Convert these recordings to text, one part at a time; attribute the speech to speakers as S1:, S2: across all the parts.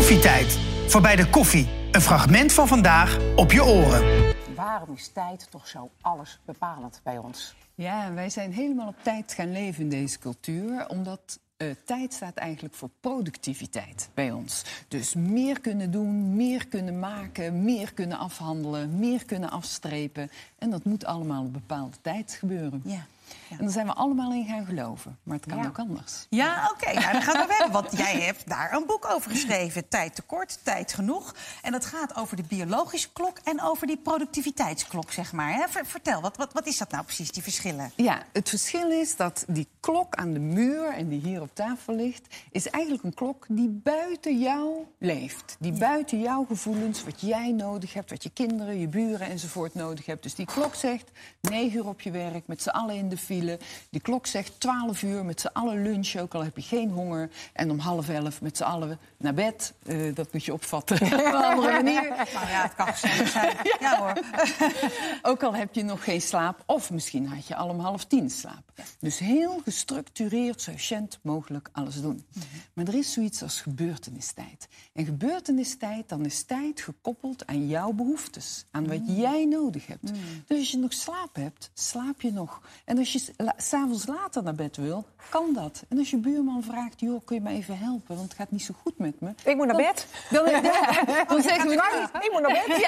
S1: Koffietijd. Voorbij de koffie. Een fragment van vandaag op je oren.
S2: Waarom is tijd toch zo alles bepalend bij ons?
S3: Ja, wij zijn helemaal op tijd gaan leven in deze cultuur, omdat tijd staat eigenlijk voor productiviteit bij ons. Dus meer kunnen doen, meer kunnen maken, meer kunnen afhandelen, meer kunnen afstrepen. En dat moet allemaal op bepaalde tijd gebeuren.
S2: Ja.
S3: En daar zijn we allemaal in gaan geloven. Maar het kan ook anders.
S4: Ja, oké. Nou, dan gaan we verder. Want jij hebt daar een boek over geschreven. Tijd tekort, tijd genoeg. En dat gaat over de biologische klok en over die productiviteitsklok, zeg maar. Hè? Vertel, wat is dat nou precies, die verschillen?
S3: Ja, het verschil is dat die klok aan de muur en die hier op tafel ligt, is eigenlijk een klok die buiten jou leeft. Die buiten jouw gevoelens, wat jij nodig hebt, wat je kinderen, je buren enzovoort nodig hebt. Dus die klok zegt 9 uur op je werk, met z'n allen in de file. Die klok zegt 12 uur, met z'n allen lunchen, ook al heb je geen honger. En om 10:30 met z'n allen naar bed. Dat moet je opvatten op een andere manier.
S4: Nou ja, het kan gezellig zijn. Ja hoor.
S3: Ook al heb je nog geen slaap, of misschien had je al om 9:30 slaap. Dus heel gestructureerd, zo efficiënt mogelijk alles doen. Maar er is zoiets als gebeurtenistijd. En gebeurtenistijd, dan is tijd gekoppeld aan jouw behoeftes. Aan wat jij nodig hebt. Dus als je nog slaap hebt, slaap je nog. En als je 's'avonds later naar bed wil, kan dat. En als je buurman vraagt, joh, kun je me even helpen? Want het gaat niet zo goed met me.
S2: Ik moet naar bed.
S3: Dan zeggen we,
S2: ik moet naar bed.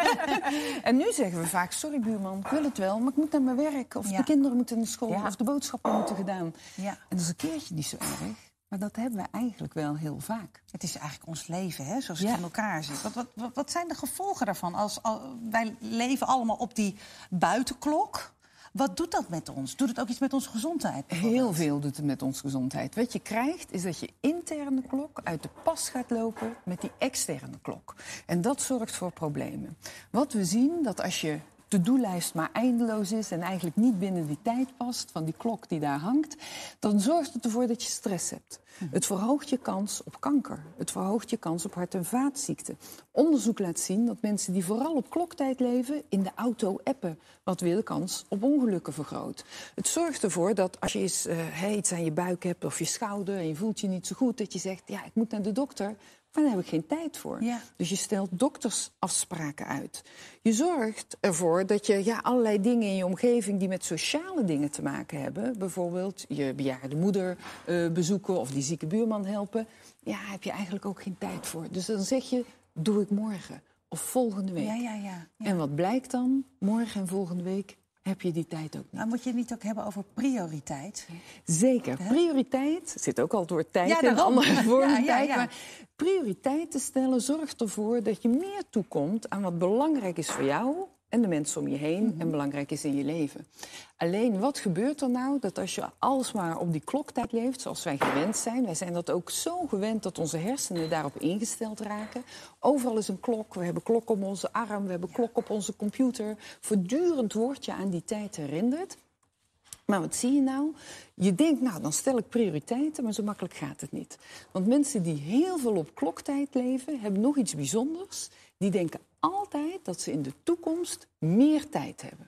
S3: En nu zeggen we vaak, sorry buurman, ik wil het wel, maar ik moet naar mijn werk. Of de kinderen moeten naar school, of de boodschappen moeten gedaan. Ja. En dat is een keertje niet zo erg. Maar dat hebben we eigenlijk wel heel vaak.
S4: Het is eigenlijk ons leven, hè, zoals het in elkaar zit. Wat zijn de gevolgen daarvan? Wij leven allemaal op die buitenklok. Wat doet dat met ons? Doet het ook iets met onze gezondheid?
S3: Heel veel doet het met onze gezondheid. Wat je krijgt is dat je interne klok uit de pas gaat lopen met die externe klok. En dat zorgt voor problemen. Wat we zien, dat als je to-do-lijst maar eindeloos is en eigenlijk niet binnen die tijd past van die klok die daar hangt, dan zorgt het ervoor dat je stress hebt. Het verhoogt je kans op kanker. Het verhoogt je kans op hart- en vaatziekten. Onderzoek laat zien dat mensen die vooral op kloktijd leven in de auto appen, wat weer de kans op ongelukken vergroot. Het zorgt ervoor dat als je iets aan je buik hebt of je schouder en je voelt je niet zo goed, dat je zegt, ja, ik moet naar de dokter. Maar daar heb ik geen tijd voor. Ja. Dus je stelt doktersafspraken uit. Je zorgt ervoor dat je allerlei dingen in je omgeving die met sociale dingen te maken hebben, bijvoorbeeld je bejaarde moeder bezoeken of die zieke buurman helpen, heb je eigenlijk ook geen tijd voor. Dus dan zeg je, doe ik morgen of volgende week. Ja. En wat blijkt dan? Morgen en volgende week heb je die tijd ook niet.
S4: Maar moet je het niet ook hebben over prioriteit?
S3: Zeker. Prioriteit zit ook al door tijd en andere vormen tijd. Maar prioriteit te stellen zorgt ervoor dat je meer toekomt aan wat belangrijk is voor jou en de mensen om je heen en belangrijk is in je leven. Alleen, wat gebeurt er nou dat als je alsmaar op die kloktijd leeft, zoals wij gewend zijn, wij zijn dat ook zo gewend dat onze hersenen daarop ingesteld raken. Overal is een klok, we hebben klok op onze arm, we hebben klok op onze computer. Voortdurend word je aan die tijd herinnerd. Maar wat zie je nou? Je denkt, dan stel ik prioriteiten, maar zo makkelijk gaat het niet. Want mensen die heel veel op kloktijd leven, hebben nog iets bijzonders. Die denken altijd dat ze in de toekomst meer tijd hebben.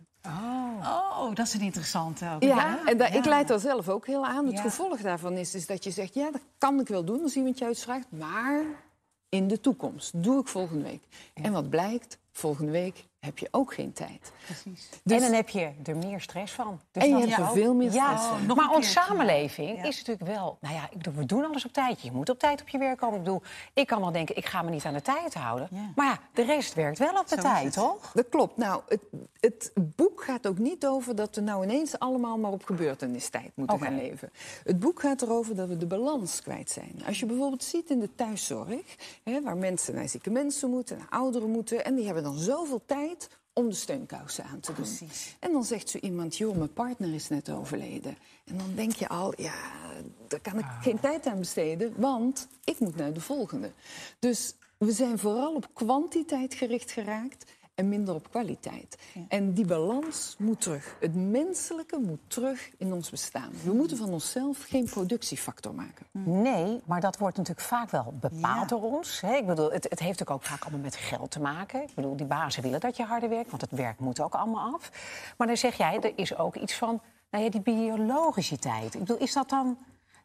S4: Oh, dat is een interessante ook.
S3: Ik leid daar zelf ook heel aan. Het gevolg daarvan is dat je zegt, ja, dat kan ik wel doen als iemand je uitvraagt, maar in de toekomst doe ik volgende week. Ja. En wat blijkt, volgende week heb je ook geen tijd.
S2: Precies. Dus, en dan heb je er meer stress van. Dus
S3: en je hebt er veel meer stress van.
S2: Maar onze samenleving is natuurlijk wel, we doen alles op tijd. Je moet op tijd op je werk komen. Ik bedoel, ik kan wel denken, ik ga me niet aan de tijd houden. Ja. Maar de rest werkt wel op de tijd, toch?
S3: Dat klopt. Nou, het boek gaat ook niet over dat we nou ineens allemaal maar op gebeurtenistijd moeten gaan leven. Het boek gaat erover dat we de balans kwijt zijn. Als je bijvoorbeeld ziet in de thuiszorg, waar mensen naar zieke mensen moeten, naar ouderen moeten, en die hebben dan zoveel tijd om de steunkousen aan te doen. Precies. En dan zegt zo iemand, joh, mijn partner is net overleden. En dan denk je al, daar kan ik geen tijd aan besteden, want ik moet naar de volgende. Dus we zijn vooral op kwantiteit gericht geraakt en minder op kwaliteit. Ja. En die balans moet terug. Het menselijke moet terug in ons bestaan. We moeten van onszelf geen productiefactor maken.
S2: Nee, maar dat wordt natuurlijk vaak wel bepaald door ons. Hè? Ik bedoel, het heeft natuurlijk ook vaak allemaal met geld te maken. Ik bedoel, die bazen willen dat je harder werkt, want het werk moet ook allemaal af. Maar dan zeg jij, er is ook iets van die biologische tijd. Ik bedoel, is dat dan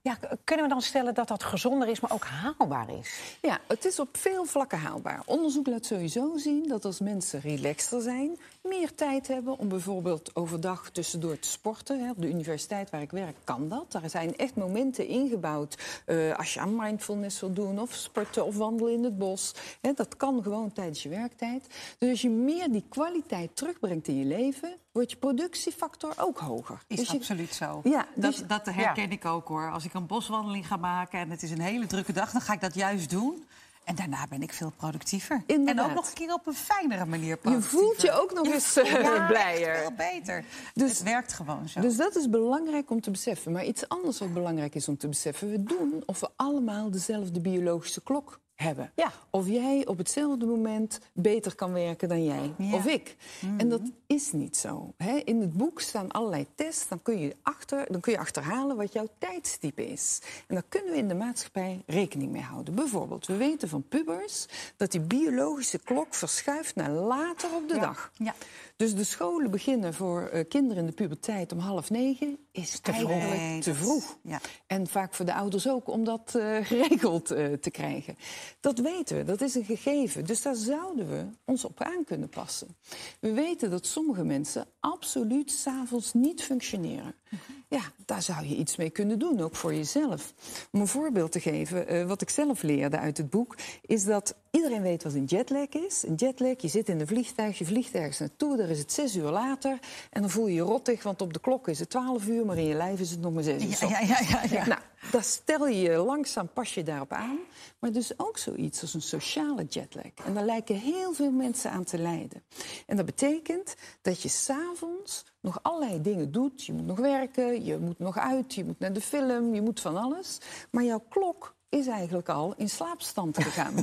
S2: Ja, kunnen we dan stellen dat dat gezonder is, maar ook haalbaar is?
S3: Ja, het is op veel vlakken haalbaar. Onderzoek laat sowieso zien dat als mensen relaxter zijn, meer tijd hebben om bijvoorbeeld overdag tussendoor te sporten. Op de universiteit waar ik werk kan dat. Daar zijn echt momenten ingebouwd als je aan mindfulness wil doen of sporten of wandelen in het bos. Dat kan gewoon tijdens je werktijd. Dus als je meer die kwaliteit terugbrengt in je leven, wordt je productiefactor ook hoger.
S4: Is
S3: dus
S4: absoluut zo.
S3: Ja, dus,
S4: dat herken ik ook, hoor. Als ik een boswandeling ga maken en het is een hele drukke dag, dan ga ik dat juist doen. En daarna ben ik veel productiever.
S3: Inderdaad.
S4: En ook nog een keer op een fijnere manier productiever.
S3: Je voelt je ook nog eens blijer.
S4: Veel beter.
S3: Dus,
S4: het werkt gewoon zo.
S3: Dus dat is belangrijk om te beseffen. Maar iets anders wat belangrijk is om te beseffen. We doen of we allemaal dezelfde biologische klok hebben.
S2: Ja.
S3: Of jij op hetzelfde moment beter kan werken dan jij.
S4: Ja.
S3: Of ik. En dat is niet zo. In het boek staan allerlei tests. Dan kun je achterhalen wat jouw tijdstype is. En daar kunnen we in de maatschappij rekening mee houden. Bijvoorbeeld, we weten van pubers dat die biologische klok verschuift naar later op de dag.
S4: Ja.
S3: Dus de scholen beginnen voor kinderen in de puberteit om 8:30 is eigenlijk te vroeg.
S4: Ja.
S3: En vaak voor de ouders ook om dat geregeld te krijgen. Dat weten we, dat is een gegeven. Dus daar zouden we ons op aan kunnen passen. We weten dat sommige mensen absoluut 's avonds niet functioneren. Ja, daar zou je iets mee kunnen doen, ook voor jezelf. Om een voorbeeld te geven, wat ik zelf leerde uit het boek, is dat iedereen weet wat een jetlag is. Een jetlag, je zit in een vliegtuig, je vliegt ergens naartoe, daar is het 6 uur later. En dan voel je je rottig, want op de klok is het 12 uur, maar in je lijf is het nog maar 6 uur.
S4: Ja.
S3: Nou, daar stel je langzaam, pas je daarop aan. Maar dus ook zoiets als een sociale jetlag. En daar lijken heel veel mensen aan te lijden. En dat betekent dat je 's avonds nog allerlei dingen doet. Je moet nog werken, je moet nog uit, je moet naar de film, je moet van alles. Maar jouw klok is eigenlijk al in slaapstand gegaan.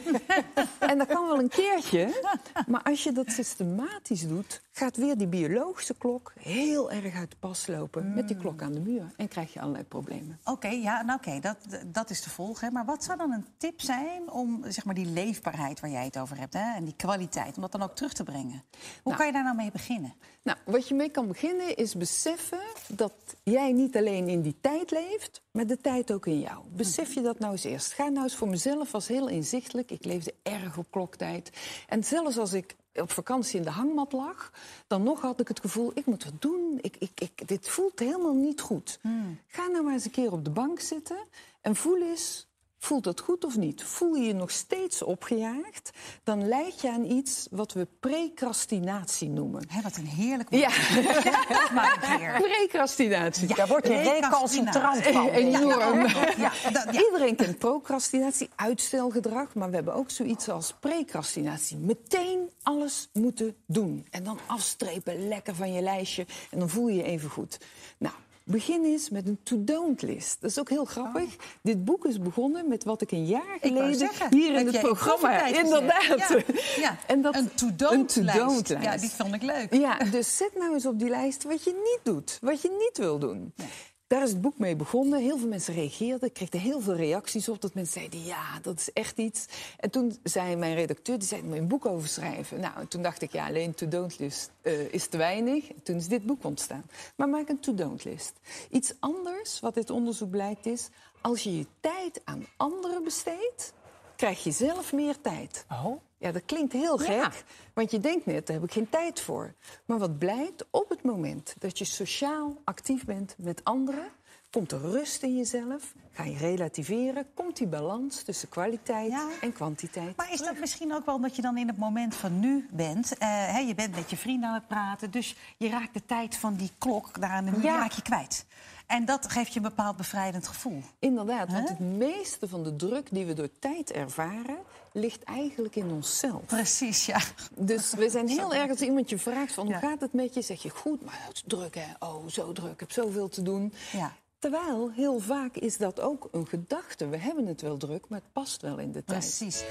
S3: En dat kan wel een keertje, maar als je dat systematisch doet, gaat weer die biologische klok heel erg uit de pas lopen met die klok aan de muur. En krijg je allerlei problemen.
S4: Oké, dat is te volgen. Hè. Maar wat zou dan een tip zijn om zeg maar, die leefbaarheid waar jij het over hebt, hè, en die kwaliteit, om dat dan ook terug te brengen? Hoe kan je daar nou mee beginnen?
S3: Nou, wat je mee kan beginnen is beseffen dat jij niet alleen in die tijd leeft, maar de tijd ook in jou. Besef je dat nou eens eerst. Ga nou eens voor mezelf, was heel inzichtelijk. Ik leefde erg op kloktijd. En zelfs als ik op vakantie in de hangmat lag, dan nog had ik het gevoel, ik moet wat doen. Dit voelt helemaal niet goed. Ga nou maar eens een keer op de bank zitten en voel eens, voelt dat goed of niet? Voel je je nog steeds opgejaagd? Dan leid je aan iets wat we precrastinatie noemen.
S4: Hé, wat een heerlijk woord.
S3: Ja.
S4: Maar een keer.
S3: Precrastinatie.
S2: Ja, daar word je recalcitrant van.
S3: Enorm.
S4: Ja.
S3: Iedereen kent procrastinatie, uitstelgedrag. Maar we hebben ook zoiets als precrastinatie. Meteen alles moeten doen. En dan afstrepen, lekker van je lijstje. En dan voel je je even goed. Nou, begin eens met een to-don't-list. Dat is ook heel grappig. Dit boek is begonnen met wat ik een jaar geleden hier in het programma... Inderdaad.
S4: Ja.
S3: En dat,
S4: een to-don't-lijst.
S3: Ja,
S4: die vond ik leuk.
S3: Ja, dus zet nou eens op die lijst wat je niet doet. Wat je niet wil doen. Ja. Daar is het boek mee begonnen. Heel veel mensen reageerden. Ik kreeg er heel veel reacties op. Dat mensen zeiden, ja, dat is echt iets. En toen zei mijn redacteur, die zei, moet je een boek over schrijven. Nou, en toen dacht ik, ja, alleen to-don't-list is te weinig. En toen is dit boek ontstaan. Maar maak een to-don't-list. Iets anders, wat dit onderzoek blijkt, is, als je je tijd aan anderen besteedt, krijg je zelf meer tijd.
S2: Oh.
S3: Ja, dat klinkt heel gek, want je denkt net, daar heb ik geen tijd voor. Maar wat blijkt, op het moment dat je sociaal actief bent met anderen, komt er rust in jezelf, ga je relativeren, komt die balans tussen kwaliteit en kwantiteit.
S4: Maar is dat misschien ook wel omdat je dan in het moment van nu bent? Je bent met je vrienden aan het praten, dus je raakt de tijd van die klok daar aan de muur raak je kwijt. En dat geeft je een bepaald bevrijdend gevoel.
S3: Inderdaad, want het meeste van de druk die we door tijd ervaren, ligt eigenlijk in onszelf.
S4: Precies, ja.
S3: Dus we zijn heel erg, als iemand je vraagt van hoe gaat het met je, zeg je goed, maar het is druk hè, oh zo druk, ik heb zoveel te doen.
S4: Ja.
S3: Terwijl, heel vaak is dat ook een gedachte. We hebben het wel druk, maar het past wel in de tijd.
S4: Precies.